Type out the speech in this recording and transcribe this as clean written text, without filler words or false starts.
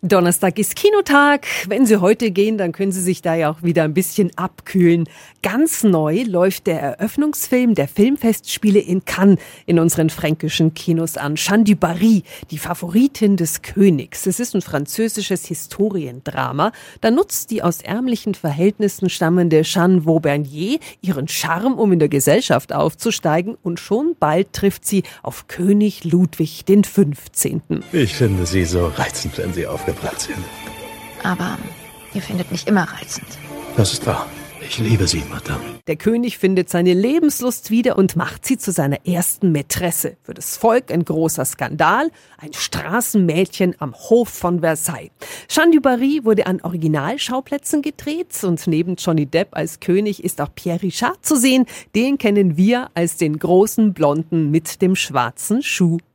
Donnerstag ist Kinotag. Wenn Sie heute gehen, dann können Sie sich da ja auch wieder ein bisschen abkühlen. Ganz neu läuft der Eröffnungsfilm der Filmfestspiele in Cannes in unseren fränkischen Kinos an. Jeanne du Barry, die Favoritin des Königs. Es ist ein französisches Historiendrama. Da nutzt die aus ärmlichen Verhältnissen stammende Jeanne Vaubernier ihren Charme, um in der Gesellschaft aufzusteigen. Und schon bald trifft sie auf König Ludwig XV. Ich finde Sie so reizend, wenn Sie aufgebracht sind. Aber ihr findet mich immer reizend. Das ist wahr. Ich liebe Sie, Madame. Der König findet seine Lebenslust wieder und macht sie zu seiner ersten Mätresse. Für das Volk ein großer Skandal, ein Straßenmädchen am Hof von Versailles. Jeanne du Barry wurde an Originalschauplätzen gedreht und neben Johnny Depp als König ist auch Pierre Richard zu sehen. Den kennen wir als den großen Blonden mit dem schwarzen Schuh.